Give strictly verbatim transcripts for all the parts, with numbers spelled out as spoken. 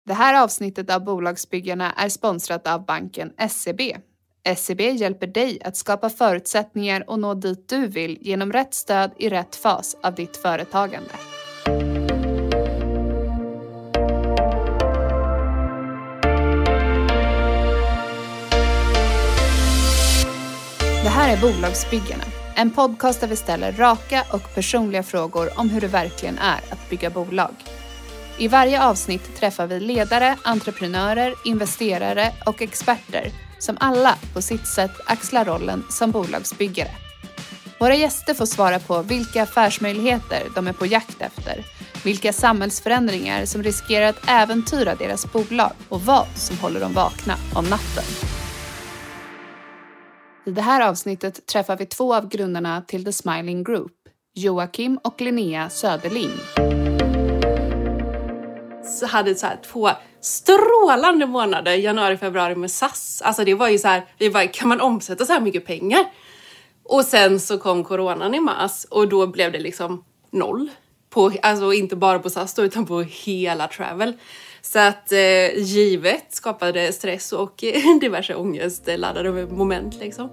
Det här avsnittet av Bolagsbyggarna är sponsrat av banken S E B. S E B hjälper dig att skapa förutsättningar och nå dit du vill genom rätt stöd i rätt fas av ditt företagande. Det här är Bolagsbyggarna, en podcast där vi ställer raka och personliga frågor om hur det verkligen är att bygga bolag. I varje avsnitt träffar vi ledare, entreprenörer, investerare och experter som alla på sitt sätt axlar rollen som bolagsbyggare. Våra gäster får svara på vilka affärsmöjligheter de är på jakt efter, vilka samhällsförändringar som riskerar att äventyra deras bolag och vad som håller dem vakna om natten. I det här avsnittet träffar vi två av grundarna till The Smiling Group, Joakim och Linnea Söderling. Så hade så här två strålande månader, januari, februari med S A S. Alltså det var ju så här, vi bara, kan man omsätta så här mycket pengar? Och sen så kom coronan i mars och då blev det liksom noll. På, alltså inte bara på S A S då, utan på hela travel. Så att eh, givet skapade stress och eh, diverse ångest laddade moment liksom.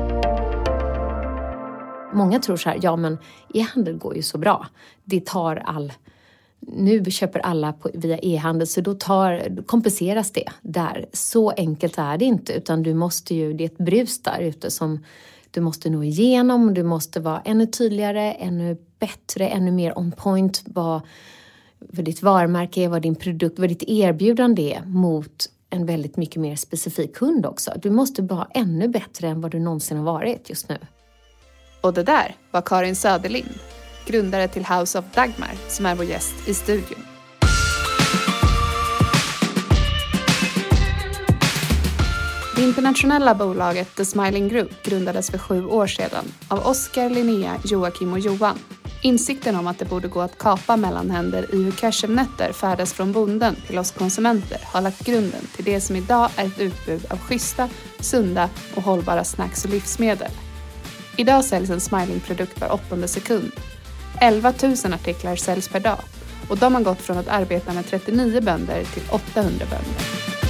Många tror så här, ja men e-handel går ju så bra. Det tar all... Nu köper alla på, via e-handel så då tar, kompenseras det där. Så enkelt är det inte, utan du måste ju, det är ett brus där ute som du måste nå igenom. Du måste vara ännu tydligare, ännu bättre, ännu mer on point. Vad, vad ditt varumärke är, vad din produkt, vad ditt erbjudande är mot en väldigt mycket mer specifik kund också. Du måste vara ännu bättre än vad du någonsin har varit just nu. Och det där var Karin Söderlind, grundare till House of Dagmar, som är vår gäst i studion. Det internationella bolaget The Smiling Group grundades för sju år sedan av Oskar, Linnea, Joakim och Johan. Insikten om att det borde gå att kapa mellanhänder i hur cashewnötter färdas från bonden till oss konsumenter har lagt grunden till det som idag är ett utbud av schyssta, sunda och hållbara snacks och livsmedel. Idag säljs en Smiling-produkt var åttonde sekund. elva tusen artiklar säljs per dag och de har gått från att arbeta med trettionio bönder till åttahundra bönder.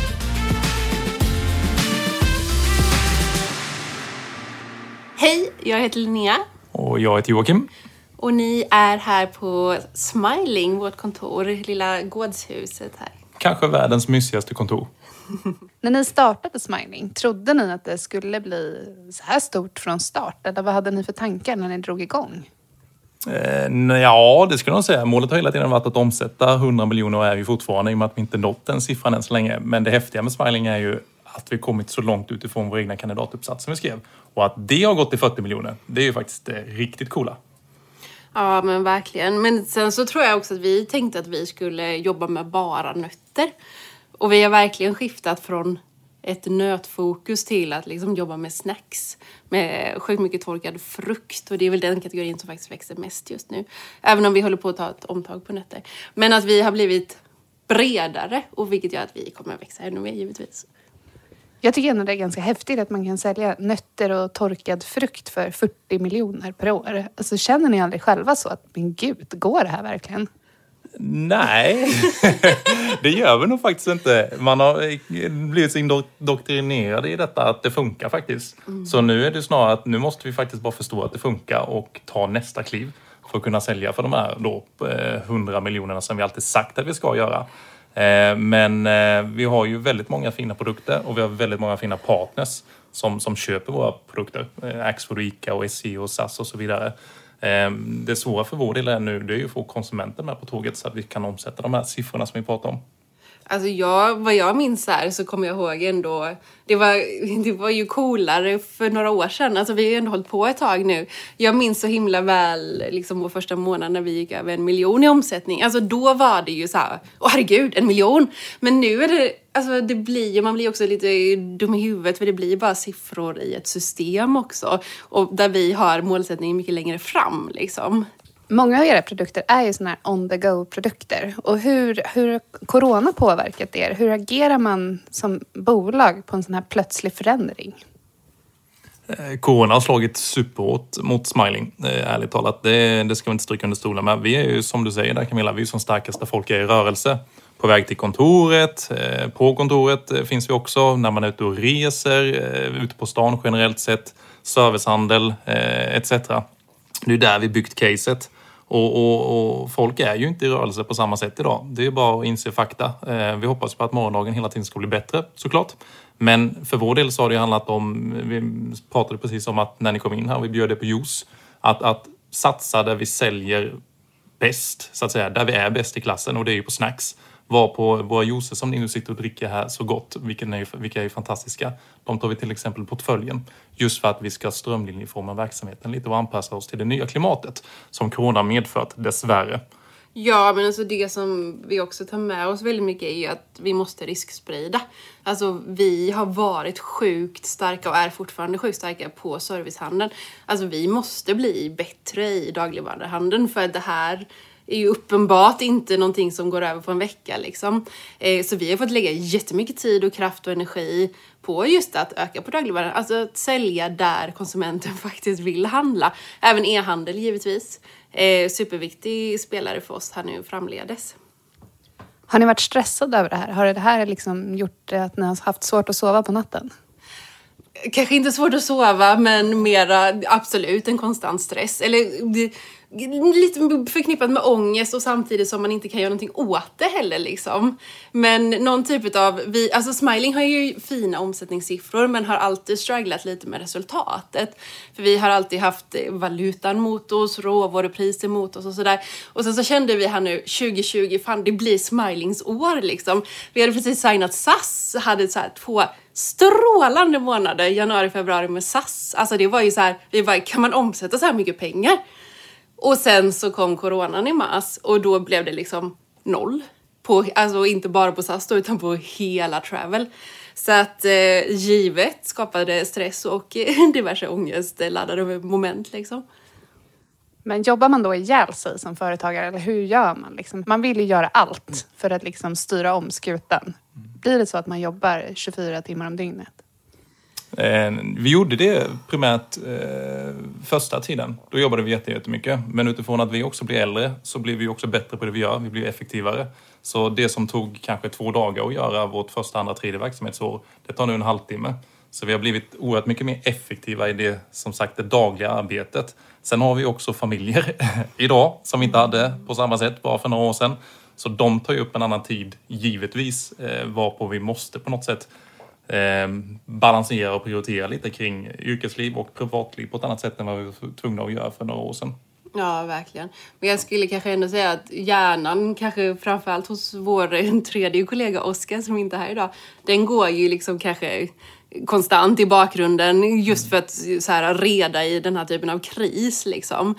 Hej, jag heter Linnea. Och jag heter Joakim. Och ni är här på Smiling, vårt kontor, lilla gårdshuset här. Kanske världens mysigaste kontor. När ni startade Smiling, trodde ni att det skulle bli så här stort från start? Eller vad hade ni för tankar när ni drog igång? Eh, ja, det skulle jag säga. Målet har hela tiden varit att omsätta hundra miljoner och är ju fortfarande i och med att vi inte nått den siffran än så länge. Men det häftiga med Smiling är ju att vi kommit så långt utifrån vår egna kandidatuppsats som vi skrev. Och att det har gått till fyrtio miljoner, det är ju faktiskt det riktigt coola. Ja, men verkligen. Men sen så tror jag också att vi tänkte att vi skulle jobba med bara nötter. Och vi har verkligen skiftat från ett nötfokus till att liksom jobba med snacks. Med sjukt mycket torkad frukt. Och det är väl den kategorin som faktiskt växer mest just nu. Även om vi håller på att ta ett omtag på nötter. Men att vi har blivit bredare. Och vilket gör att vi kommer att växa ännu mer givetvis. Jag tycker ändå det är ganska häftigt att man kan sälja nötter och torkad frukt för fyrtio miljoner per år. Alltså känner ni aldrig själva så att, men gud, går det här verkligen? Nej, det gör vi nog faktiskt inte. Man har blivit så indoktrinerad i detta att det funkar faktiskt. Mm. Så nu är det snarare att nu måste vi faktiskt bara förstå att det funkar och ta nästa kliv för att kunna sälja för de här då hundra miljonerna som vi alltid sagt att vi ska göra. Men vi har ju väldigt många fina produkter och vi har väldigt många fina partners som, som köper våra produkter. Axfood, Ica och S C och S A S och så vidare. Det svåra för vår del är nu det är ju att få konsumenten med på tåget så att vi kan omsätta de här siffrorna som vi pratar om. Alltså jag, vad jag minns här så kommer jag ihåg ändå, det var, det var ju coolare för några år sedan. Alltså vi har ju ändå hållit på ett tag nu. Jag minns så himla väl liksom vår första månad när vi gick över en miljon i omsättning. Alltså då var det ju så här, åh herregud, en miljon. Men nu är det, alltså det blir ju, man blir också lite dum i huvudet för det blir bara siffror i ett system också. Och där vi har målsättningen mycket längre fram liksom. Många av era produkter är ju såna här on-the-go-produkter. Och hur, hur har corona påverkat er? Hur agerar man som bolag på en sån här plötslig förändring? Corona har slagit superhårt mot Smiling, ärligt talat. Det, det ska vi inte stryka under stolen med. Vi är ju, som du säger där Camilla, vi är som starkaste folk är i rörelse på väg till kontoret. Eh, på kontoret eh, finns vi också när man är ute och reser, eh, ute på stan generellt sett, servicehandel eh, et cetera. Det är där vi byggt caset. Och, och, och folk är ju inte i rörelse på samma sätt idag. Det är bara att inse fakta. Eh, vi hoppas på att morgondagen hela tiden ska bli bättre, såklart. Men för vår del så har det handlat om, vi pratade precis om att när ni kom in här och vi bjöd det på juice, att, att satsa där vi säljer bäst, så att säga, där vi är bäst i klassen, och det är ju på snacks. Var på våra juicer som ni nu sitter och dricker här så gott, vilka är, vilka är ju fantastiska. De tar vi till exempel portföljen, just för att vi ska strömlinjeforma verksamheten lite och anpassa oss till det nya klimatet som corona medfört, dessvärre. Ja, men alltså det som vi också tar med oss väldigt mycket är ju att vi måste risksprida. Alltså vi har varit sjukt starka och är fortfarande sjukt starka på servicehandeln. Alltså vi måste bli bättre i dagligvaruhandeln, för det här är ju uppenbart inte någonting som går över på en vecka liksom. Eh, så vi har fått lägga jättemycket tid och kraft och energi på just att öka på dagligvaran. Alltså att sälja där konsumenten faktiskt vill handla. Även e-handel givetvis. Eh, superviktig spelare för oss här nu framledes. Har ni varit stressade över det här? Har det här liksom gjort att ni har haft svårt att sova på natten? Kanske inte svårt att sova, men mera absolut en konstant stress. Eller det, lite förknippat med ångest, och samtidigt som man inte kan göra någonting åt det heller liksom. Men någon typ av, vi, alltså Smiling har ju fina omsättningssiffror men har alltid strugglat lite med resultatet. För vi har alltid haft valutan mot oss, råvarupriser mot oss och sådär. Och sen så kände vi här nu tjugo tjugo, fan det blir Smilings år liksom. Vi hade precis signat S A S, hade så här två strålande månader, januari, februari med S A S. Alltså det var ju så här, vi bara, kan man omsätta så här mycket pengar? Och sen så kom coronan i mars och då blev det liksom noll. På, alltså inte bara på S A S då, utan på hela travel. Så att eh, givet skapade stress och diverse ångestladdade moment liksom. Men jobbar man då ihjäl sig som företagare, eller hur gör man? Liksom? Man vill ju göra allt för att liksom styra om skutan. Blir det så att man jobbar tjugofyra timmar om dygnet? Eh, vi gjorde det primärt eh, första tiden. Då jobbade vi jättemycket. Men utifrån att vi också blir äldre så blir vi också bättre på det vi gör. Vi blir effektivare. Så det som tog kanske två dagar att göra vårt första, andra, tredje verksamhetsår, det tar nu en halvtimme. Så vi har blivit oerhört mycket mer effektiva i det, som sagt, det dagliga arbetet. Sen har vi också familjer idag som vi inte hade på samma sätt bara för några år sedan. Så de tar ju upp en annan tid, givetvis, eh, varpå vi måste på något sätt eh, balansera och prioritera lite kring yrkesliv och privatliv på ett annat sätt än vad vi var tvungna att göra för några år sedan. Ja, verkligen. Men jag skulle kanske ändå säga att hjärnan, kanske framförallt hos vår tredje kollega Oskar som inte är här idag, den går ju liksom kanske konstant i bakgrunden just för att så här, reda i den här typen av kris liksom.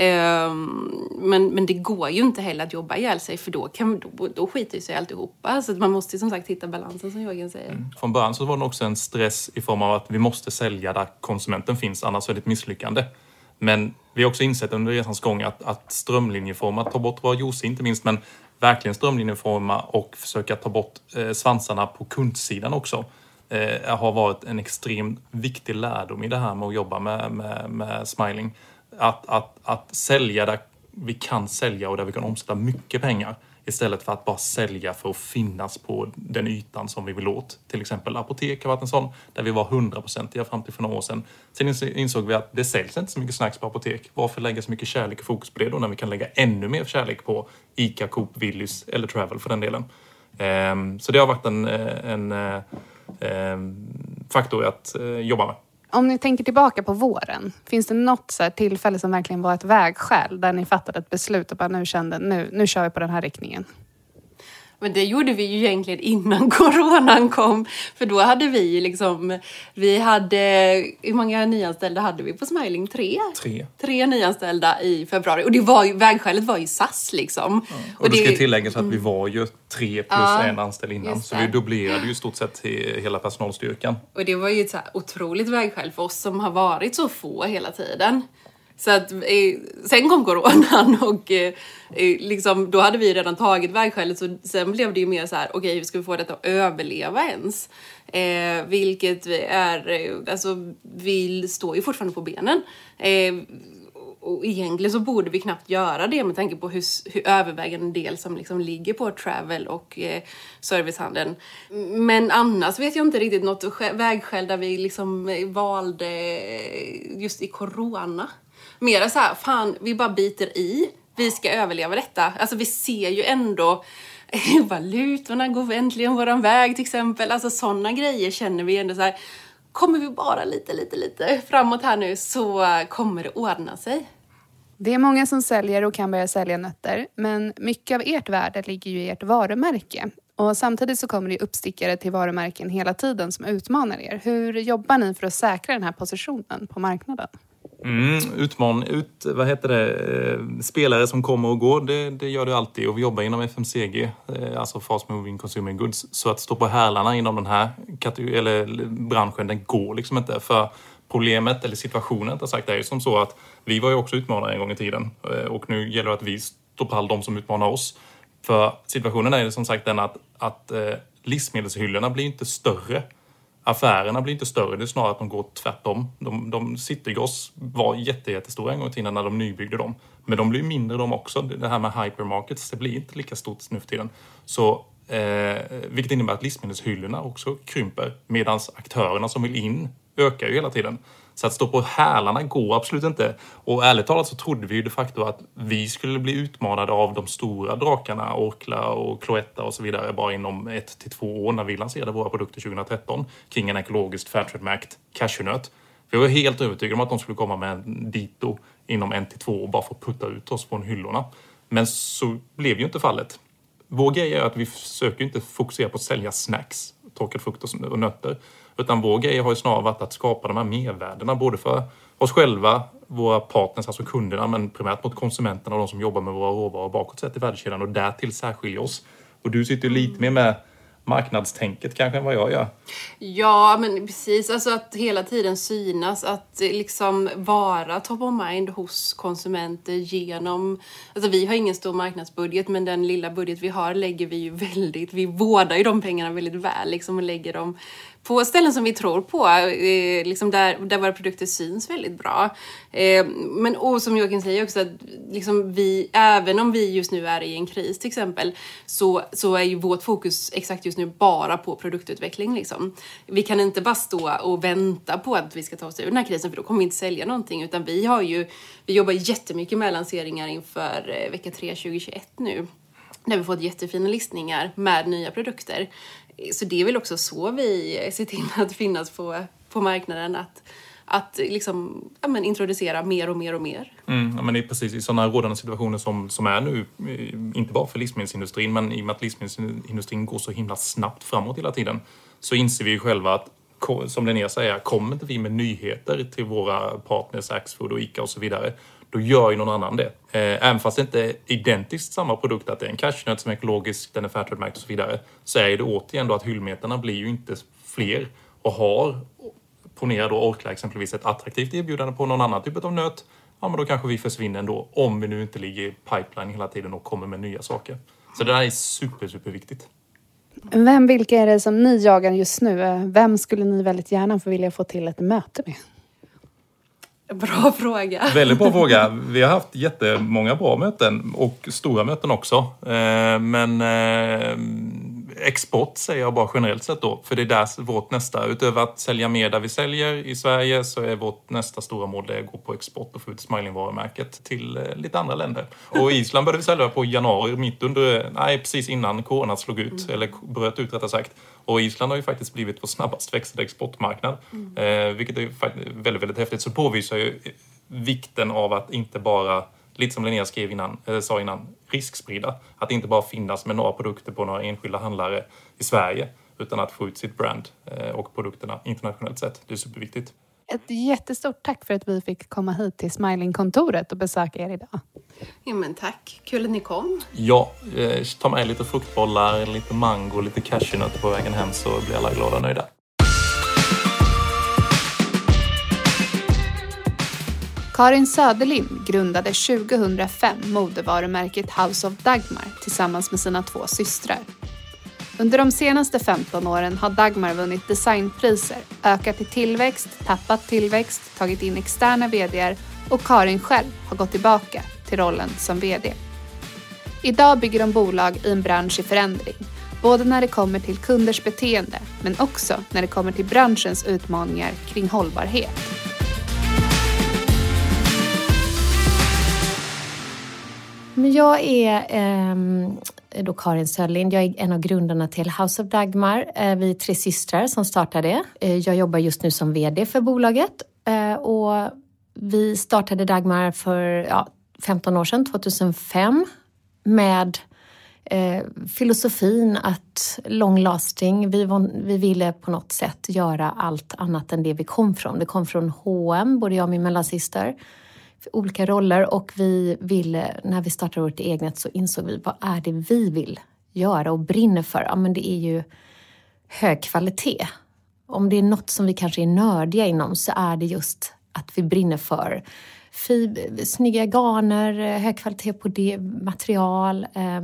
Um, men, men det går ju inte heller att jobba ihjäl sig, för då, kan, då, då skiter sig alltihopa. Så att man måste som sagt hitta balansen, som Jörgen säger. Mm. Från början så var det också en stress i form av att vi måste sälja där konsumenten finns, annars är det ett misslyckande. Men vi har också insett under resans gång att, att strömlinjeforma, ta bort våra juicer inte minst, men verkligen strömlinjeforma och försöka ta bort eh, svansarna på kundsidan också. Eh, har varit en extremt viktig lärdom i det här med att jobba med, med, med Smiling. Att, att, att sälja där vi kan sälja och där vi kan omsätta mycket pengar, istället för att bara sälja för att finnas på den ytan som vi vill åt. Till exempel apotek har varit en sån där vi var hundra procent fram till för några år sedan. Sen insåg vi att det säljs inte så mycket snacks på apotek. Varför lägga så mycket kärlek och fokus på det då, när vi kan lägga ännu mer kärlek på Ica, Coop, Willys eller Travel för den delen. Um, så det har varit en, en, en, en faktor att uh, jobba med. Om ni tänker tillbaka på våren, finns det något så här tillfälle som verkligen var ett vägskäl där ni fattade ett beslut och bara nu kände, nu, nu kör vi på den här riktningen? Men det gjorde vi ju egentligen innan coronan kom. För då hade vi liksom, vi hade, hur många nyanställda hade vi på Smiling? Tre? Tre. Tre nyanställda i februari. Och det var ju, vägskälet var ju S A S liksom. Ja. Och, och det ska tilläggas att vi var ju tre plus ja, en anställd innan. Så vi dubblerade ju stort sett hela personalstyrkan. Och det var ju ett så här otroligt vägskäl för oss som har varit så få hela tiden. Så att, eh, sen kom coronan och eh, liksom, då hade vi redan tagit vägskälet, så sen blev det ju mer så här, okej, okay, hur ska vi få detta att överleva ens? Eh, vilket är, alltså vi står ju fortfarande på benen. Eh, Och egentligen så borde vi knappt göra det med tanke på hur, hur övervägande del som liksom ligger på travel och eh, servicehandeln. Men annars vet jag inte riktigt något vägskäl där vi liksom valde just i corona. Mera så här, fan, vi bara biter i. Vi ska överleva detta. Alltså vi ser ju ändå valutorna går äntligen våran väg till exempel. Alltså sådana grejer känner vi ändå så här. Kommer vi bara lite, lite, lite framåt här nu så kommer det ordna sig. Det är många som säljer och kan börja sälja nötter. Men mycket av ert värde ligger ju i ert varumärke. Och samtidigt så kommer det uppstickare till varumärken hela tiden som utmanar er. Hur jobbar ni för att säkra den här positionen på marknaden? Mm, utman, ut, vad heter det? Spelare som kommer och går, det, det gör det alltid. Och vi jobbar inom F M C G, alltså Fast Moving Consumer Goods. Så att stå på hälarna inom den här kategori, eller branschen, den går liksom inte. För problemet, eller situationen, att sagt, är ju som så att vi var ju också utmanare en gång i tiden. Och nu gäller det att vi står på all de som utmanar oss. För situationen är ju som sagt den att, att livsmedelshyllorna blir inte större. Affärerna blir inte större, det är snarare att de går tvärtom. De, de Citygross var jätte, jättestora en gång i tiden när de nybyggde dem. Men de blir mindre de också. Det här med hypermarkets, det blir inte lika stort nu för tiden. Så, eh, vilket innebär att livsmedelshyllorna också krymper. Medan aktörerna som vill in ökar ju hela tiden. Så att stå på hälarna går absolut inte. Och ärligt talat så trodde vi ju de facto att vi skulle bli utmanade av de stora drakarna, Orkla och Cloetta och så vidare, bara inom ett till två år när vi lanserade våra produkter tjugohundratretton kring en ekologiskt Fairtrade-märkt cashewnöt. Vi var helt övertygade om att de skulle komma med en dito inom en till två år bara för att putta ut oss från hyllorna. Men så blev ju inte fallet. Vår grej är att vi försöker inte fokusera på att sälja snacks, torkad frukt och nötter. Utan vår grej har ju snarare varit att skapa de här mervärdena både för oss själva, våra partners, alltså kunderna, men primärt mot konsumenterna och de som jobbar med våra råvaror bakåt sett i värdekedjan och därtill särskilja oss. Och du sitter ju lite mer med marknadstänket kanske än vad jag gör. Ja, men precis. Alltså att hela tiden synas, att liksom vara top of mind hos konsumenter genom... Alltså vi har ingen stor marknadsbudget, men den lilla budget vi har lägger vi ju väldigt... Vi vårdar ju de pengarna väldigt väl liksom, och lägger dem på ställen som vi tror på, eh, liksom där, där våra produkter syns väldigt bra. Eh, men och som Joakim säger också, att liksom vi, även om vi just nu är i en kris till exempel, så, så är ju vårt fokus exakt just nu bara på produktutveckling. Liksom. Vi kan inte bara stå och vänta på att vi ska ta oss ur den här krisen, för då kommer vi inte sälja någonting. Utan vi har ju, vi jobbar jättemycket med lanseringar inför eh, vecka tre tjugohundratjugoett nu. Där vi fått jättefina listningar med nya produkter. Så det är väl också så vi ser till att finnas på, på marknaden. Att, att liksom, ja, men introducera mer och mer och mer. Mm, ja, men det är precis i sådana rådande situationer som, som är nu. Inte bara för livsmedelsindustrin, men i och med att livsmedelsindustrin går så himla snabbt framåt hela tiden. Så inser vi ju själva att, som Linnea säger, kommer inte vi med nyheter till våra partners, Axfood och Ica och så vidare, då gör ju någon annan det. Även fast det inte är identiskt samma produkt, att det är en cashewnöt som är ekologisk, den är Fairtrade-märkt och så vidare, så är det återigen då att hyllmeterna blir ju inte fler och har, ponera då Orkla exempelvis, ett attraktivt erbjudande på någon annan typ av nöt, ja men då kanske vi försvinner ändå, om vi nu inte ligger i pipeline hela tiden och kommer med nya saker. Så det där är super, super viktigt. Vem, vilka är det som ni jagar just nu? Vem skulle ni väldigt gärna få vilja få till ett möte med? Bra fråga. Väldigt bra fråga. Vi har haft jättemånga bra möten och stora möten också. Men export säger jag bara generellt sett då. För det är där vårt nästa, utöver att sälja mer där vi säljer i Sverige, så är vårt nästa stora mål det att gå på export och få ut Smiling-varumärket till lite andra länder. Och Island började vi sälja på i januari, mitt under, nej precis innan corona slog ut, mm. eller bröt ut rättare sagt. Och Island har ju faktiskt blivit vår snabbast växande exportmarknad. Mm. Eh, vilket är väldigt, väldigt häftigt. Så påvisar ju vikten av att inte bara, lite som Linnea skrev innan, äh, sa innan, risksprida. Att inte bara finnas med några produkter på några enskilda handlare i Sverige, utan att få ut sitt brand eh, och produkterna internationellt sett. Det är superviktigt. Ett jättestort tack för att vi fick komma hit till Smiling-kontoret och besöka er idag. Ja men tack, kul att ni kom. Ja, eh, ta med lite fruktbollar, lite mango, lite cashewnötter på vägen hem, så blir alla glada och nöjda. Karin Söderlind grundade tjugohundrafem modevarumärket House of Dagmar tillsammans med sina två systrar. Under de senaste femton åren har Dagmar vunnit designpriser, ökat i tillväxt, tappat tillväxt, tagit in externa vd:ar och Karin själv har gått tillbaka till rollen som vd. Idag bygger de bolag i en bransch i förändring, både när det kommer till kunders beteende men också när det kommer till branschens utmaningar kring hållbarhet. Men jag är eh, då Karin Söderlind. Jag är en av grundarna till House of Dagmar. Eh, vi är tre systrar som startade det. Eh, jag jobbar just nu som vd för bolaget. Eh, och vi startade Dagmar för ja, femton år sedan, tjugohundrafem. Med eh, filosofin att long lasting. Vi, var, vi ville på något sätt göra allt annat än det vi kom från. Vi kom från H och M, både jag och min mellansyster. Olika roller, och vi ville, när vi startade vårt eget så insåg vi vad är det vi vill göra och brinner för. Ja, men det är ju hög kvalitet. Om det är något som vi kanske är nördiga inom så är det just att vi brinner för fib- snygga garner, hög kvalitet på det, material, eh,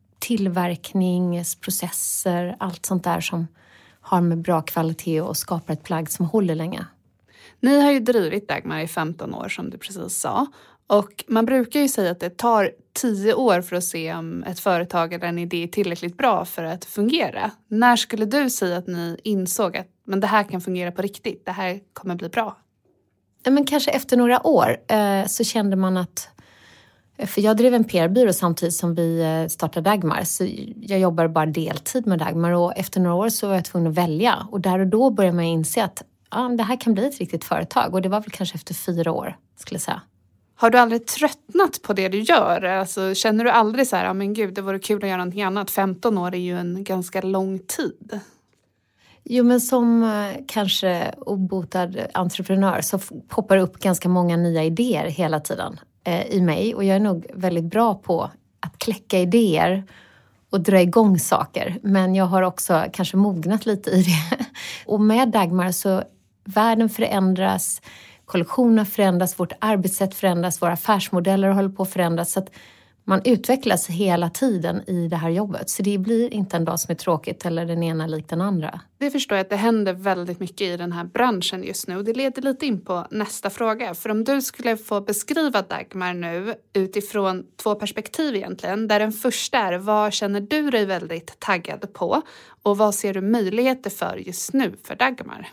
tillverkningsprocesser, allt sånt där som har med bra kvalitet och skapar ett plagg som håller länge. Ni har ju drivit Dagmar i femton år som du precis sa. Och man brukar ju säga att det tar tio år för att se om ett företag eller en idé är tillräckligt bra för att fungera. När skulle du säga att ni insåg att men det här kan fungera på riktigt, det här kommer bli bra? Men kanske efter några år eh, så kände man att, för jag drev en P R-byrå samtidigt som vi startade Dagmar, så jag jobbar bara deltid med Dagmar, och efter några år så var jag tvungen att välja, och där och då började man inse att ja, det här kan bli ett riktigt företag, och det var väl kanske efter fyra år skulle jag säga. Har du aldrig tröttnat på det du gör? Alltså, känner du aldrig så här, ja men gud det vore kul att göra någonting annat, femton år är ju en ganska lång tid. Jo, men som kanske obotad entreprenör så poppar upp ganska många nya idéer hela tiden eh, i mig. Och jag är nog väldigt bra på att kläcka idéer och dra igång saker. Men jag har också kanske mognat lite i det. Och med Dagmar så världen förändras, kollektionen förändras, vårt arbetssätt förändras, våra affärsmodeller håller på att förändras. Så att man utvecklas hela tiden i det här jobbet. Så det blir inte en dag som är tråkigt eller den ena lik den andra. Det förstår jag att det händer väldigt mycket i den här branschen just nu. Och det leder lite in på nästa fråga. För om du skulle få beskriva Dagmar nu utifrån två perspektiv egentligen. Där den första är, vad känner du dig väldigt taggad på? Och vad ser du möjligheter för just nu för Dagmar?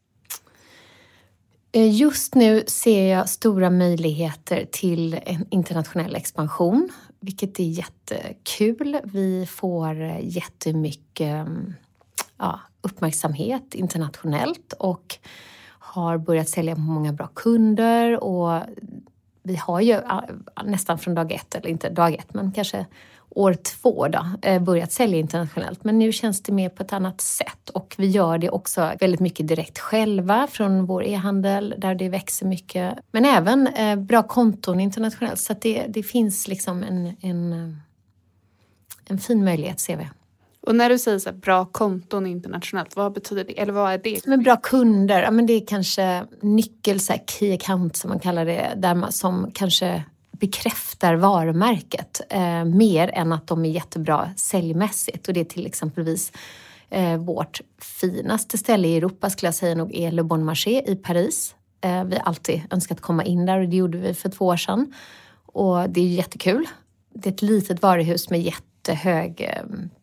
Just nu ser jag stora möjligheter till en internationell expansion, vilket är jättekul. Vi får jättemycket ja, uppmärksamhet internationellt och har börjat sälja på många bra kunder, och vi har ju nästan från dag ett, eller inte dag ett, men kanske år två då, börjat sälja internationellt. Men nu känns det mer på ett annat sätt. Och vi gör det också väldigt mycket direkt själva från vår e-handel där det växer mycket. Men även eh, bra konton internationellt. Så att det, det finns liksom en, en, en fin möjlighet, ser vi. Och när du säger så här, bra konton internationellt, vad betyder det? Eller vad är det? Men bra kunder, ja, men det är kanske nyckel, så här, key account som man kallar det. Där man, som kanske bekräftar varumärket eh, mer än att de är jättebra säljmässigt. Och det är till exempelvis eh, vårt finaste ställe i Europa skulle jag säga nog är Le Bon Marché i Paris. Eh, vi har alltid önskat komma in där, och det gjorde vi för två år sedan. Och det är jättekul. Det är ett litet varuhus med jättehög eh,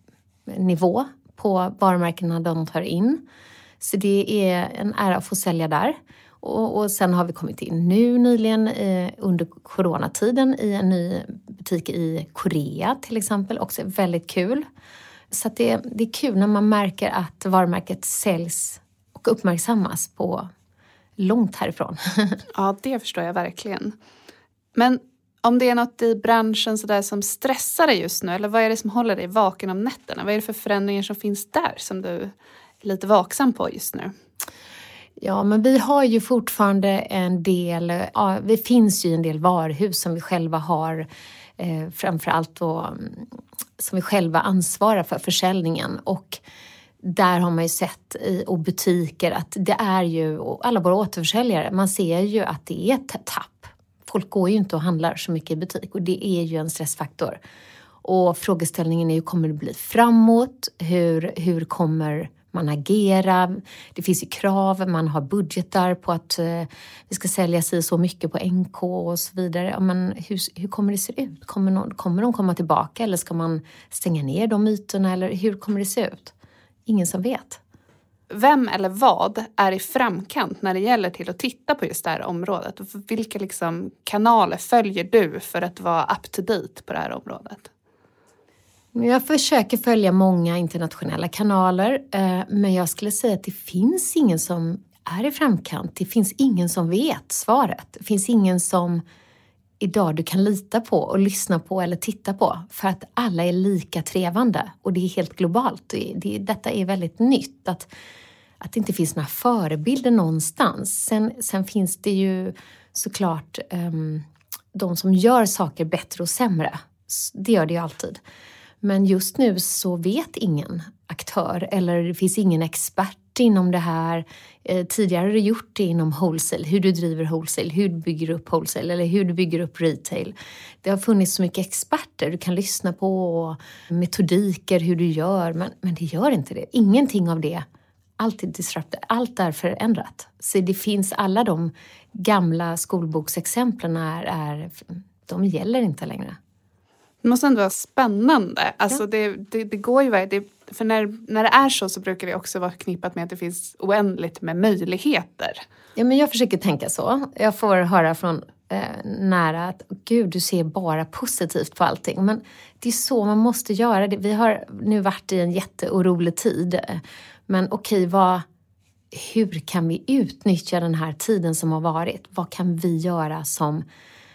nivå på varumärkena de tar in. Så det är en ära att få sälja där. Och, och sen har vi kommit in nu nyligen eh, under coronatiden i en ny butik i Korea till exempel. Också väldigt kul. Så att det, det är kul när man märker att varumärket säljs och uppmärksammas på långt härifrån. Ja, det förstår jag verkligen. Men om det är något i branschen så där som stressar dig just nu, eller vad är det som håller dig vaken om nätterna? Vad är det för förändringar som finns där som du är lite vaksam på just nu? Ja, men vi har ju fortfarande en del, ja, det finns ju en del varuhus som vi själva har, eh, framförallt då, som vi själva ansvarar för försäljningen, och där har man ju sett i och butiker att det är ju, och alla våra återförsäljare, man ser ju att det är ett tapp. Folk går ju inte och handlar så mycket i butik, och det är ju en stressfaktor. Och frågeställningen är ju, kommer det bli framåt? Hur, hur kommer man agerar. Det finns ju krav, man har budgetar på att eh, vi ska sälja sig så mycket på N K och så vidare. Ja, men hur, hur kommer det se ut? Kommer, någon, kommer de komma tillbaka eller ska man stänga ner de myterna? Eller hur kommer det se ut? Ingen som vet. Vem eller vad är i framkant när det gäller till att titta på just det här området? Vilka liksom kanaler följer du för att vara up to date på det här området? Jag försöker följa många internationella kanaler, men jag skulle säga att det finns ingen som är i framkant. Det finns ingen som vet svaret. Det finns ingen som idag du kan lita på och lyssna på eller titta på. För att alla är lika trevande och det är helt globalt. Det, det, detta är väldigt nytt. Att, att det inte finns några förebilder någonstans. Sen, sen finns det ju såklart um, de som gör saker bättre och sämre. Det gör det ju alltid. Men just nu så vet ingen aktör eller det finns ingen expert inom det här. Eh, tidigare har du gjort det inom wholesale, hur du driver wholesale, hur du bygger upp wholesale eller hur du bygger upp retail. Det har funnits så mycket experter du kan lyssna på och metodiker, hur du gör, men, men det gör inte det. Ingenting av det, allt är disrupted, allt är förändrat. Så det finns alla de gamla skolboksexemplen är, är de gäller inte längre. Det måste ändå vara spännande. Alltså ja. det, det, det går ju det, för när, när det är så så brukar det också vara knippat med att det finns oändligt med möjligheter. Ja, men jag försöker tänka så. Jag får höra från eh, nära att gud, du ser bara positivt på allting. Men det är så man måste göra det. Vi har nu varit i en jätteorolig tid. Men okej, vad, hur kan vi utnyttja den här tiden som har varit? Vad kan vi göra som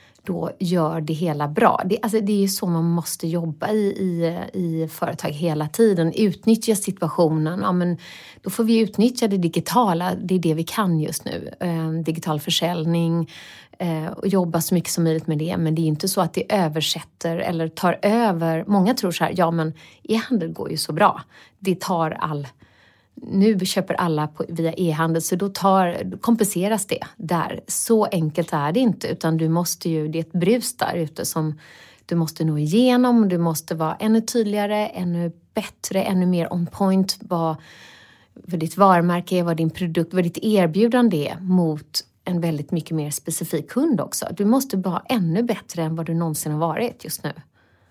då gör det hela bra? Det, alltså det är ju så man måste jobba i, i, i företag hela tiden. Utnyttja situationen. Ja, men då får vi utnyttja det digitala. Det är det vi kan just nu. Eh, digital försäljning. Eh, och jobba så mycket som möjligt med det. Men det är inte så att det översätter eller tar över. Många tror så här, ja men e-handel går ju så bra. Det tar all... Nu köper alla på, via e-handel så då tar, kompenseras det där. Så enkelt är det inte utan du måste ju, det är ett brus där ute som du måste nå igenom. Du måste vara ännu tydligare, ännu bättre, ännu mer on point. Vad, vad ditt varumärke är, vad din produkt, vad ditt erbjudande är mot en väldigt mycket mer specifik kund också. Du måste vara ännu bättre än vad du någonsin har varit just nu.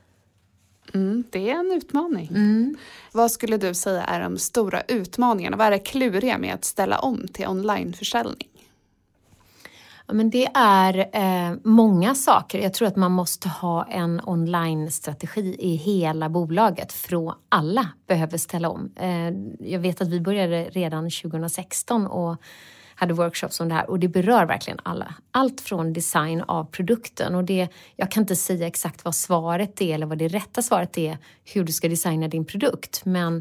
Mm, det är en utmaning. Mm. Vad skulle du säga är de stora utmaningarna? Vad är det kluriga med att ställa om till onlineförsäljning? Ja, men det är eh, många saker. Jag tror att man måste ha en online-strategi i hela bolaget. Från alla behöver ställa om. Eh, jag vet att vi började redan tjugo sexton och hade workshops om det här och det berör verkligen alla. Allt från design av produkten och det, jag kan inte säga exakt vad svaret är eller vad det rätta svaret är hur du ska designa din produkt. Men,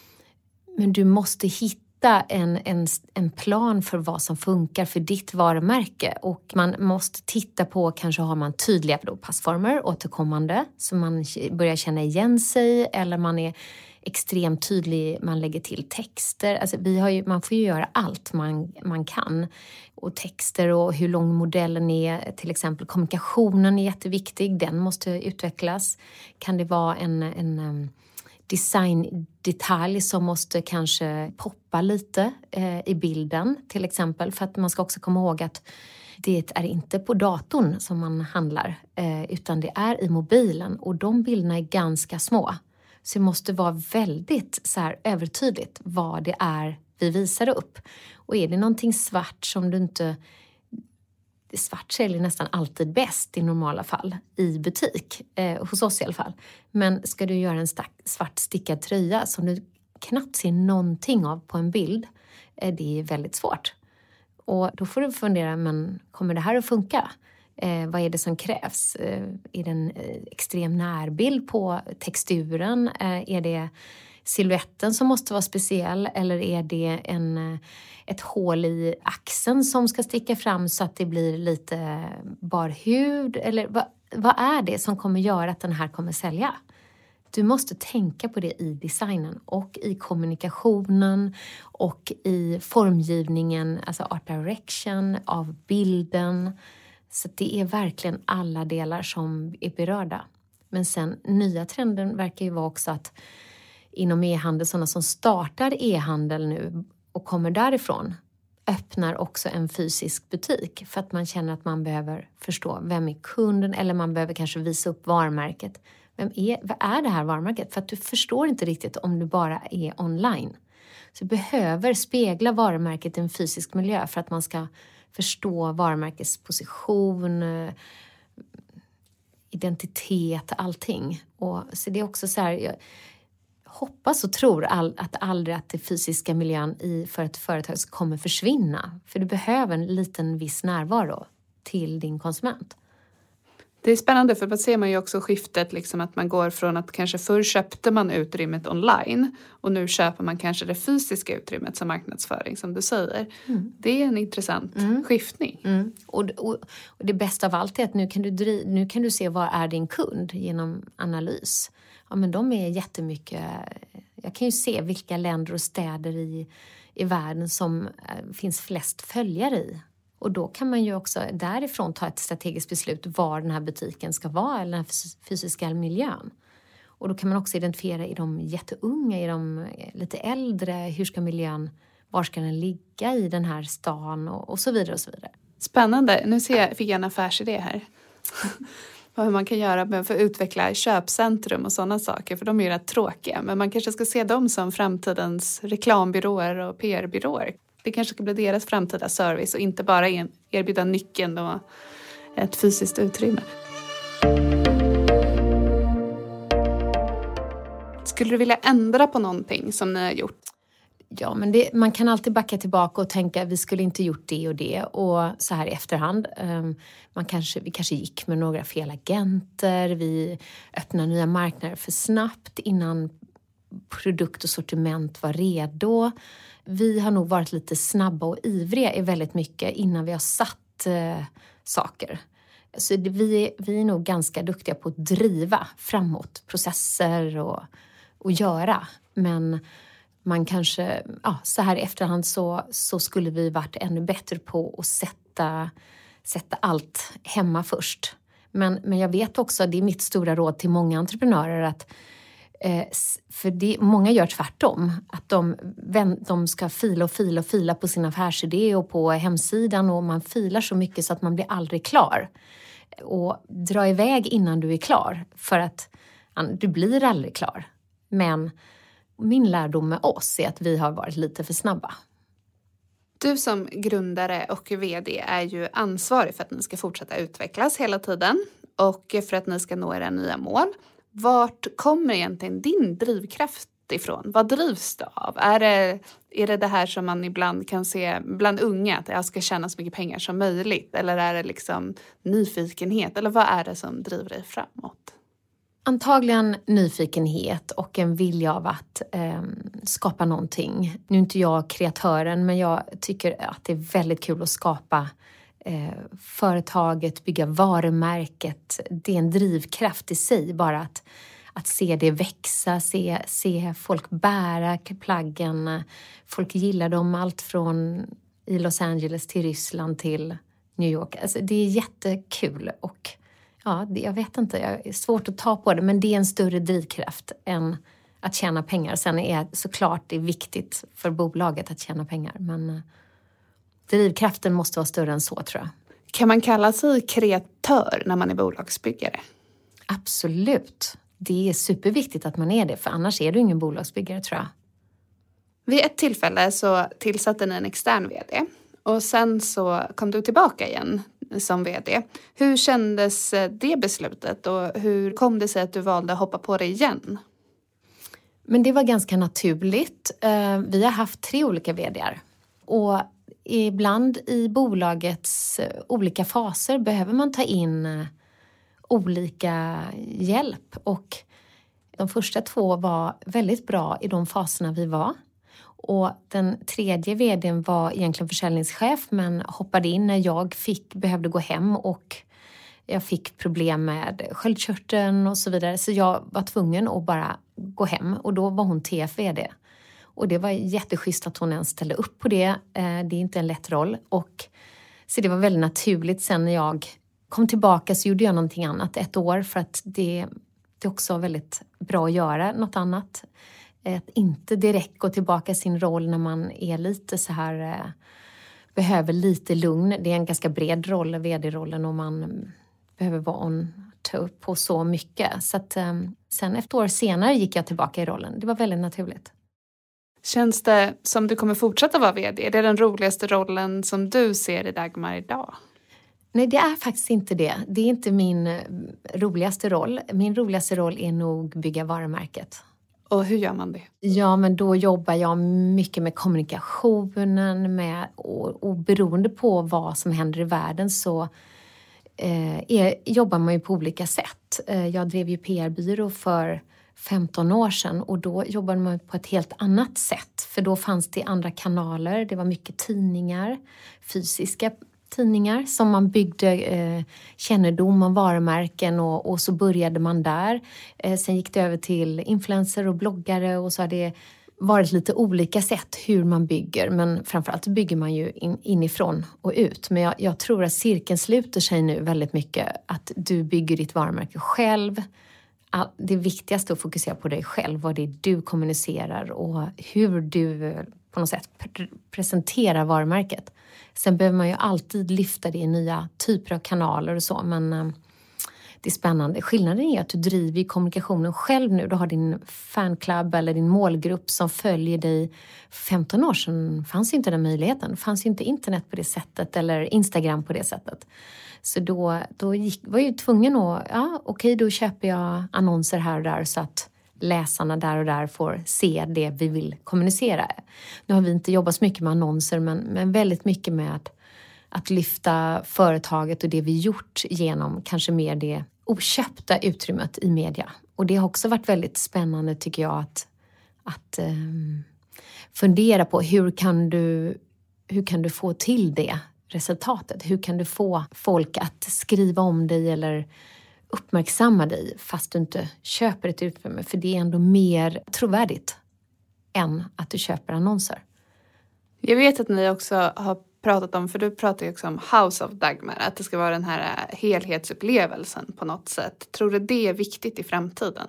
men du måste hitta en, en, en plan för vad som funkar för ditt varumärke och man måste titta på, kanske har man tydliga då, passformer återkommande så man börjar känna igen sig eller man är extremt tydlig, man lägger till texter. Alltså vi har ju, man får ju göra allt man, man kan. Och texter och hur lång modellen är. Till exempel kommunikationen är jätteviktig. Den måste utvecklas. Kan det vara en, en um, designdetalj som måste kanske poppa lite eh, i bilden till exempel. För att man ska också komma ihåg att det är inte på datorn som man handlar. Eh, utan det är i mobilen. Och de bilderna är ganska små. Så det måste vara väldigt så här övertydligt vad det är vi visar upp. Och är det någonting svart som du inte... Svart säljer nästan alltid bäst i normala fall i butik. Eh, hos oss i alla fall. Men ska du göra en stack, svart stickad tröja som du knappt ser någonting av på en bild. Eh, det är väldigt svårt. Och då får du fundera, men kommer det här att funka? Eh, vad är det som krävs? Eh, är det en eh, extrem närbild på texturen? Eh, är det silhuetten som måste vara speciell? Eller är det en, eh, ett hål i axeln som ska sticka fram så att det blir lite bar hud? Eller vad, vad är det som kommer göra att den här kommer sälja? Du måste tänka på det i designen och i kommunikationen och i formgivningen, alltså art direction av bilden. Så det är verkligen alla delar som är berörda. Men sen nya trenden verkar ju vara också att inom e-handel, sådana som startar e-handel nu och kommer därifrån, öppnar också en fysisk butik för att man känner att man behöver förstå vem är kunden, eller man behöver kanske visa upp varumärket. Vem är, vad är det här varumärket? För att du förstår inte riktigt om du bara är online. Så du behöver spegla varumärket i en fysisk miljö för att man ska förstå varumärkets position, identitet, allting. Och så det är också så här, jag hoppas och tror all, att aldrig att det fysiska miljön i, för ett företag kommer försvinna. För du behöver en liten viss närvaro till din konsument. Det är spännande, för då ser man ju också skiftet, liksom att man går från att kanske förr köpte man utrymmet online och nu köper man kanske det fysiska utrymmet som marknadsföring, som du säger. Mm. Det är en intressant mm. skiftning. Mm. Och, och, och det bästa av allt är att nu kan du, driv, nu kan du se vad är din kund genom analys. Ja, men de är jättemycket, jag kan ju se vilka länder och städer i, i världen som finns flest följare i. Och då kan man ju också därifrån ta ett strategiskt beslut var den här butiken ska vara, eller den här fysiska miljön. Och då kan man också identifiera i de jätteunga, i de lite äldre, hur ska miljön, var ska den ligga i den här stan och, och så vidare och så vidare. Spännande, nu ser jag, fick jag en affärsidé här. Hur man kan göra för att utveckla köpcentrum och sådana saker, för de är ju rätt tråkiga. Men man kanske ska se dem som framtidens reklambyråer och P R-byråer. Det kanske ska bli deras framtida service och inte bara erbjuda nyckeln och ett fysiskt utrymme. Skulle du vilja ändra på någonting som ni har gjort? Ja, men det, man kan alltid backa tillbaka och tänka vi skulle inte gjort det och det. Och så här i efterhand, um, man kanske, vi kanske gick med några fel agenter. Vi öppnade nya marknader för snabbt innan produkt och sortiment var redo. Vi har nog varit lite snabba och ivriga i väldigt mycket innan vi har satt eh, saker. Så det, vi, vi är nog ganska duktiga på att driva framåt processer och, och göra. Men man kanske, ja, så här i efterhand så, så skulle vi varit ännu bättre på att sätta, sätta allt hemma först. Men, men jag vet också, det är mitt stora råd till många entreprenörer att för det, många gör tvärtom. Att de, de ska fila och fila och fila på sin affärsidé och på hemsidan. Och man filar så mycket så att man blir aldrig klar. Och dra iväg innan du är klar. För att du blir aldrig klar. Men min lärdom med oss är att vi har varit lite för snabba. Du som grundare och vd är ju ansvarig för att ni ska fortsätta utvecklas hela tiden. Och för att ni ska nå era nya mål. Vart kommer egentligen din drivkraft ifrån? Vad drivs det av? Är det, är det det här som man ibland kan se bland unga, att jag ska tjäna så mycket pengar som möjligt? Eller är det liksom nyfikenhet? Eller vad är det som driver dig framåt? Antagligen nyfikenhet och en vilja av att eh, skapa någonting. Nu är inte jag kreatören, men jag tycker att det är väldigt kul att skapa eh, företaget, bygga varumärket. Det är en drivkraft i sig, bara att, att se det växa, se, se folk bära plaggen. Folk gillar dem, allt från i Los Angeles till Ryssland till New York. Alltså, det är jättekul och ja, jag vet inte, det är svårt att ta på det, men det är en större drivkraft än att tjäna pengar. Sen är det såklart det är viktigt för bolaget att tjäna pengar, men drivkraften måste vara större än så, tror jag. Kan man kalla sig kreatör när man är bolagsbyggare? Absolut. Det är superviktigt att man är det, för annars är du ingen bolagsbyggare, tror jag. Vid ett tillfälle så tillsatte ni en extern vd och sen så kom du tillbaka igen som vd. Hur kändes det beslutet och hur kom det sig att du valde att hoppa på det igen? Men det var ganska naturligt. Vi har haft tre olika vd:ar och ibland i bolagets olika faser behöver man ta in olika hjälp, och de första två var väldigt bra i de faserna vi var. Och den tredje vdn var egentligen försäljningschef, men hoppade in när jag fick, behövde gå hem och jag fick problem med sköldkörteln och så vidare. Så jag var tvungen att bara gå hem, och då var hon T F-vd. Och det var jätteschysst att hon ens ställde upp på det. Det är inte en lätt roll. Och så det var väldigt naturligt. Sen när jag kom tillbaka så gjorde jag någonting annat ett år, för att det, det också var väldigt bra att göra något annat. Att inte direkt gå tillbaka sin roll när man är lite så här... Eh, behöver lite lugn. Det är en ganska bred roll, vd-rollen, och man behöver vara on toe på så mycket. Så att, eh, sen ett år senare gick jag tillbaka i rollen. Det var väldigt naturligt. Känns det som du kommer fortsätta vara vd? Är det den roligaste rollen som du ser i Dagmar idag? Nej, det är faktiskt inte det. Det är inte min roligaste roll. Min roligaste roll är nog bygga varumärket. Och hur gör man det? Ja, men då jobbar jag mycket med kommunikationen. Med, och, och beroende på vad som händer i världen så eh, är, jobbar man ju på olika sätt. Eh, jag drev ju P R-byrå för femton år sedan och då jobbade man på ett helt annat sätt. För då fanns det andra kanaler. Det var mycket tidningar, fysiska tidningar som man byggde eh, kännedom om varumärken och, och så började man där. Eh, sen gick det över till influencer och bloggare och så har det varit lite olika sätt hur man bygger. Men framförallt bygger man ju in, inifrån och ut. Men jag, jag tror att cirkeln sluter sig nu väldigt mycket. Att du bygger ditt varumärke själv. All, det viktigaste är att fokusera på dig själv. Vad det är du kommunicerar och hur du på något sätt pre- presenterar varumärket. Sen behöver man ju alltid lyfta det i nya typer av kanaler och så. Men äh, det är spännande. Skillnaden är att du driver kommunikationen själv nu. Du har din fanclub eller din målgrupp som följer dig. För femton år sedan fanns inte den möjligheten. Det fanns inte internet på det sättet eller Instagram på det sättet. Så då, då gick, var jag ju tvungen att, ja okej då köper jag annonser här och där så att läsarna där och där får se det vi vill kommunicera. Nu har vi inte jobbat så mycket med annonser men, men väldigt mycket med att, att lyfta företaget och det vi gjort genom kanske mer det oköpta utrymmet i media. Och det har också varit väldigt spännande tycker jag att, att um, fundera på hur kan du, hur kan du få till det resultatet? Hur kan du få folk att skriva om dig eller uppmärksamma dig fast du inte köper ett utrymme? För det är ändå mer trovärdigt än att du köper annonser. Jag vet att ni också har pratat om, för du pratar ju också om House of Dagmar, att det ska vara den här helhetsupplevelsen på något sätt. Tror du det är viktigt i framtiden?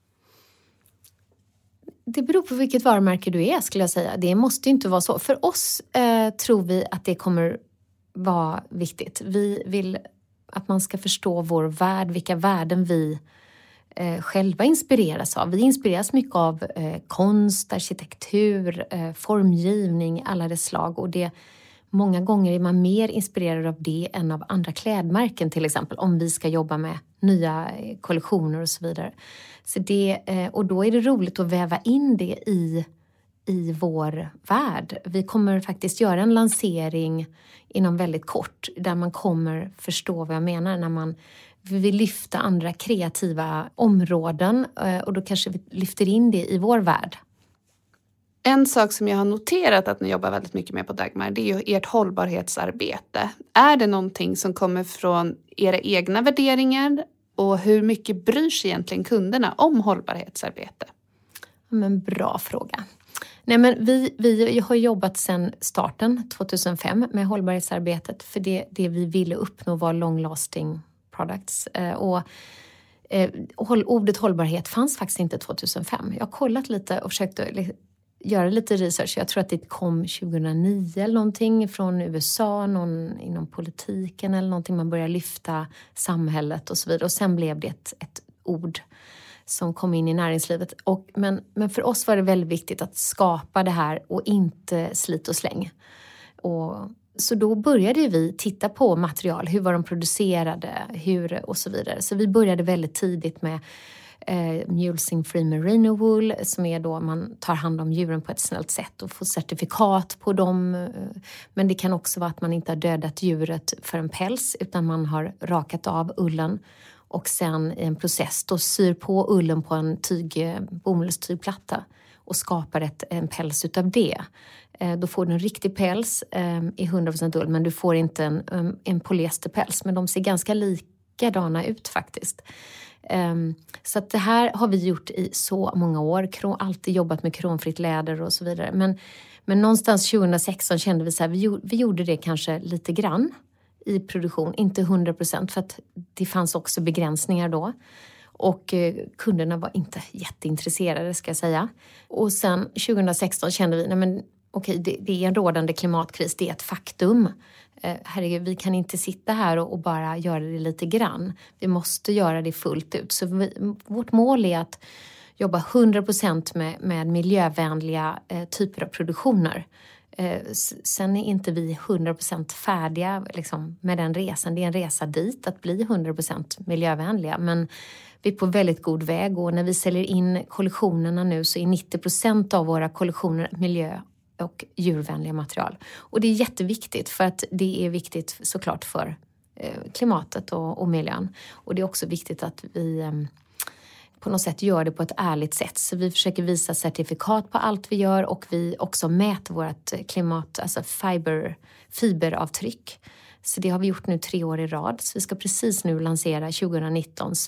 Det beror på vilket varumärke du är skulle jag säga. Det måste inte vara så. För oss eh, tror vi att det kommer vara viktigt. Vi vill att man ska förstå vår värld, vilka värden vi eh, själva inspireras av. Vi inspireras mycket av eh, konst, arkitektur, eh, formgivning, alla dess slag. Och det, många gånger är man mer inspirerad av det än av andra klädmärken till exempel. Om vi ska jobba med nya kollektioner och så vidare. Så det, eh, och då är det roligt att väva in det i, i vår värld. Vi kommer faktiskt göra en lansering inom väldigt kort. Där man kommer förstå vad jag menar när man vill lyfta andra kreativa områden. Eh, och då kanske vi lyfter in det i vår värld. En sak som jag har noterat att ni jobbar väldigt mycket med på Dagmar, det är ju ert hållbarhetsarbete. Är det någonting som kommer från era egna värderingar och hur mycket bryr sig egentligen kunderna om hållbarhetsarbete? Men bra fråga. Nej, men vi, vi har jobbat sedan starten tjugohundrafem med hållbarhetsarbetet för det, det vi ville uppnå var long-lasting products. Och eh, ordet hållbarhet fanns faktiskt inte tjugohundrafem. Jag har kollat lite och försökt göra lite research. Jag tror att det kom tjugohundranio eller någonting från U S A, någon inom politiken eller någonting. Man börjar lyfta samhället och så vidare. Och sen blev det ett, ett ord som kom in i näringslivet. Och, men, men för oss var det väldigt viktigt att skapa det här och inte slit och släng. Och, så då började vi titta på material. Hur var de producerade? Hur, och så vidare. Så vi började väldigt tidigt med Eh, mulesing free merino wool som är då man tar hand om djuren på ett snällt sätt och får certifikat på dem. Men det kan också vara att man inte har dödat djuret för en päls utan man har rakat av ullen och sen i en process då syr på ullen på en tyg, bomullstygplatta och skapar ett, en päls utav det. Eh, då får du en riktig päls eh, i hundra procent ull men du får inte en, en polyesterpäls men de ser ganska likadana ut faktiskt. Um, så att det här har vi gjort i så många år. Kron, alltid jobbat med kronfritt läder och så vidare. Men, men någonstans tjugohundrasexton kände vi så här, vi, vi gjorde det kanske lite grann i produktion. Inte hundra procent för att det fanns också begränsningar då. Och kunderna var inte jätteintresserade, ska jag säga. Och sen tjugohundrasexton kände vi, nej men okej, det, det är en rådande klimatkris, det är ett faktum. Eh, herregud, vi kan inte sitta här och, och bara göra det lite grann. Vi måste göra det fullt ut. Så vi, vårt mål är att jobba hundra procent med, med miljövänliga eh, typer av produktioner. Eh, sen är inte vi hundra procent färdiga liksom, med den resan. Det är en resa dit att bli hundra procent miljövänliga. Men vi är på väldigt god väg, och när vi säljer in kollektionerna nu så är nittio procent av våra kollektioner miljö- och djurvänliga material. Och det är jätteviktigt, för att det är viktigt såklart för eh, klimatet och, och miljön. Och det är också viktigt att vi eh, på något sätt gör det på ett ärligt sätt. Så vi försöker visa certifikat på allt vi gör, och vi också mäter vårt klimat, alltså fiber, fiberavtryck. Så det har vi gjort nu tre år i rad. Så vi ska precis nu lansera tjugonitton:s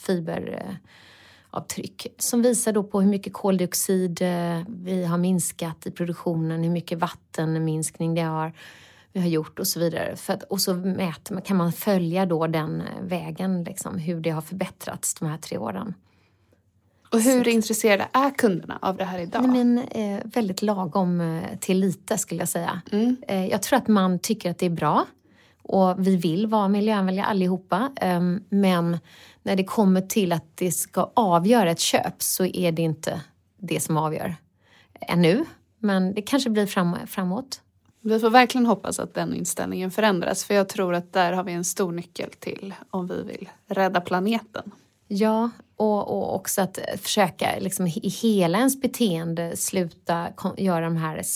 fiberavtryck. Som visar då på hur mycket koldioxid vi har minskat i produktionen. Hur mycket vattenminskning det har, vi har gjort och så vidare. För att, och så mäter, kan man följa då den vägen. Liksom, hur det har förbättrats de här tre åren. Och hur intresserade är kunderna av det här idag? Nej, men, eh, väldigt lagom eh, till lite, skulle jag säga. Mm. Eh, jag tror att man tycker att det är bra. Och vi vill vara miljövänliga allihopa. Um, men när det kommer till att det ska avgöra ett köp så är det inte det som avgör ännu. Men det kanske blir fram, framåt. Vi får verkligen hoppas att den inställningen förändras. För jag tror att där har vi en stor nyckel till om vi vill rädda planeten. Ja, och, och också att försöka liksom, i hela ens beteende sluta kom, göra de här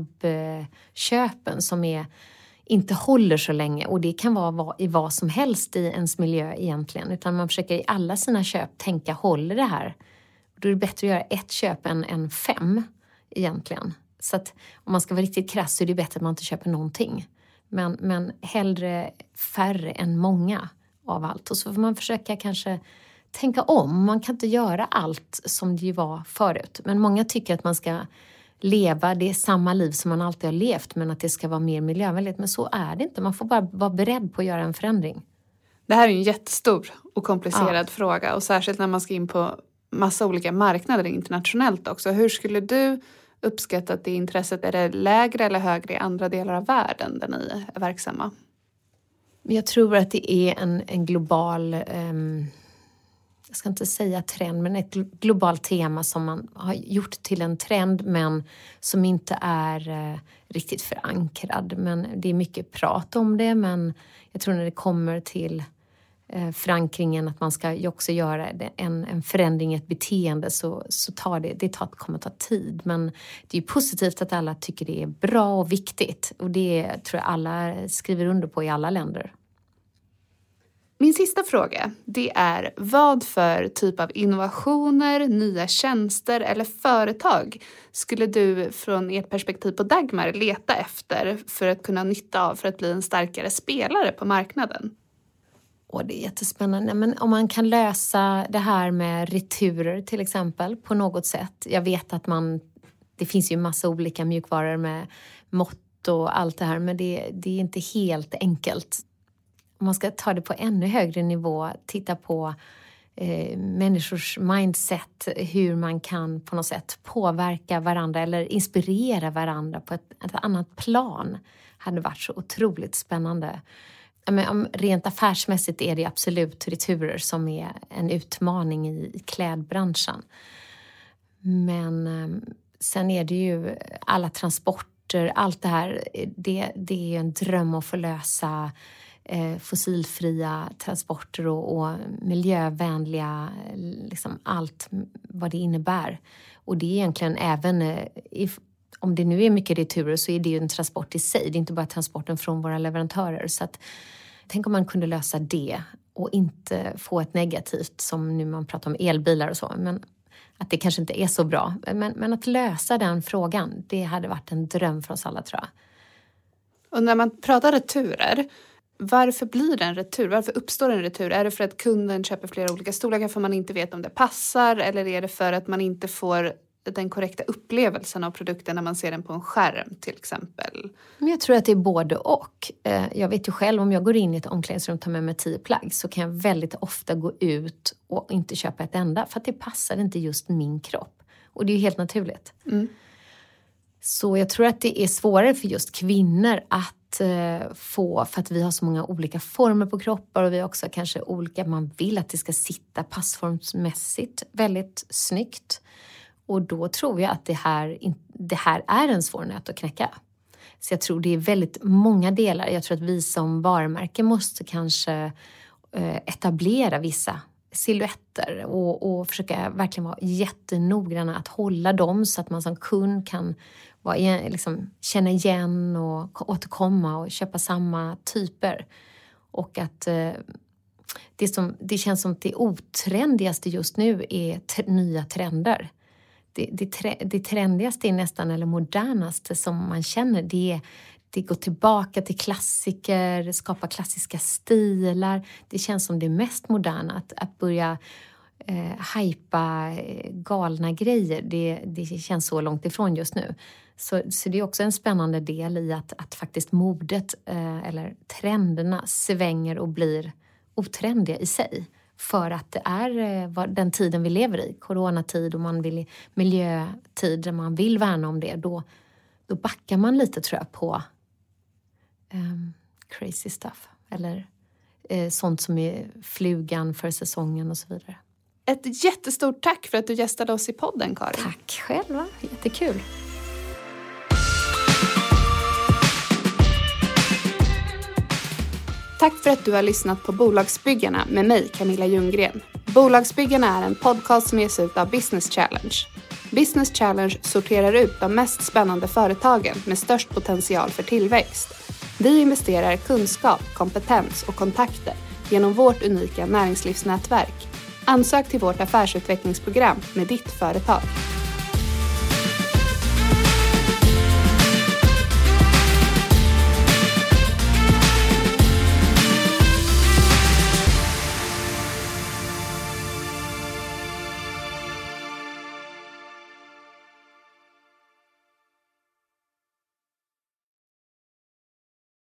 snabbköpen som är... inte håller så länge, och det kan vara i vad som helst i ens miljö egentligen, utan man försöker i alla sina köp tänka, håller det här? Då är det bättre att göra ett köp än, än fem egentligen. Så att om man ska vara riktigt krass så är det bättre att man inte köper någonting. Men, men hellre färre än många av allt. Och så får man försöka kanske tänka om. Man kan inte göra allt som det var förut. Men många tycker att man ska leva det samma liv som man alltid har levt, men att det ska vara mer miljövänligt. Men så är det inte. Man får bara vara beredd på att göra en förändring. Det här är en jättestor och komplicerad ja. fråga, och särskilt när man ska in på massa olika marknader internationellt också. Hur skulle du uppskatta att det intresset, är det lägre eller högre i andra delar av världen där ni är verksamma? Jag tror att det är en, en global... Um... jag ska inte säga trend, men ett globalt tema som man har gjort till en trend, men som inte är eh, riktigt förankrad. Men det är mycket prat om det, men jag tror när det kommer till eh, förankringen, att man ska också göra en, en förändring i ett beteende, så, så tar det, det tar, kommer ta tid. Men det är ju positivt att alla tycker det är bra och viktigt, och det tror jag alla skriver under på i alla länder. Min sista fråga, det är vad för typ av innovationer, nya tjänster eller företag skulle du från ert perspektiv på Dagmar leta efter för att kunna nytta av för att bli en starkare spelare på marknaden? Och det är jättespännande. Men om man kan lösa det här med returer till exempel på något sätt. Jag vet att man, det finns ju massa olika mjukvaror med mått och allt det här, men det, det är inte helt enkelt. Om man ska ta det på ännu högre nivå, titta på eh, människors mindset, hur man kan på något sätt påverka varandra eller inspirera varandra på ett, ett annat plan, hade varit så otroligt spännande. Men om, rent affärsmässigt är det absolut returer som är en utmaning i, i klädbranschen. Men eh, sen är det ju alla transporter, allt det här, det, det är en dröm att få lösa fossilfria transporter och, och miljövänliga, liksom allt vad det innebär. Och det är egentligen även, if, om det nu är mycket returer, så är det ju en transport i sig. Det är inte bara transporten från våra leverantörer. Så att, tänk om man kunde lösa det och inte få ett negativt, som nu man pratar om elbilar och så. Men att det kanske inte är så bra. Men, men att lösa den frågan, det hade varit en dröm för oss alla, tror jag. Och när man pratar returer, varför blir det en retur? Varför uppstår en retur? Är det för att kunden köper flera olika storlekar för man inte vet om det passar? Eller är det för att man inte får den korrekta upplevelsen av produkten när man ser den på en skärm till exempel? Men jag tror att det är både och. Jag vet ju själv, om jag går in i ett omklädningsrum och tar med mig tio plagg, så kan jag väldigt ofta gå ut och inte köpa ett enda. För att det passar inte just min kropp. Och det är ju helt naturligt. Mm. Så jag tror att det är svårare för just kvinnor att eh, få, för att vi har så många olika former på kroppar och vi har också kanske olika, man vill att det ska sitta passformsmässigt väldigt snyggt. Och då tror jag att det här, det här är en svår nöt att knäcka. Så jag tror det är väldigt många delar. Jag tror att vi som varumärke måste kanske eh, etablera vissa silhuetter och, och försöka verkligen vara jättenoggranna att hålla dem så att man som kund kan vara, liksom, känna igen och återkomma och köpa samma typer. Och att eh, det, som, det känns som att det otrendigaste just nu är t- nya trender. Det, det, tre, det trendigaste är nästan, eller modernaste som man känner, det är det går tillbaka till klassiker, skapa klassiska stilar. Det känns som det mest moderna att, att börja eh, hypa galna grejer. Det, det känns så långt ifrån just nu. Så, så det är också en spännande del i att, att faktiskt modet eh, eller trenderna svänger och blir otrendiga i sig. För att det är eh, den tiden vi lever i, coronatid och man vill miljötid där man vill värna om det. Då, då backar man lite tror jag på Um, crazy stuff. Eller eh, sånt som är flugan för säsongen och så vidare. Ett jättestort tack för att du gästade oss i podden, Karin. Tack själva, jättekul. Tack för att du har lyssnat på Bolagsbyggarna med mig, Camilla Ljunggren. Bolagsbyggarna är en podcast som ges ut av Business Challenge. Business Challenge sorterar ut de mest spännande företagen med störst potential för tillväxt. Vi investerar kunskap, kompetens och kontakter genom vårt unika näringslivsnätverk. Ansök till vårt affärsutvecklingsprogram med ditt företag.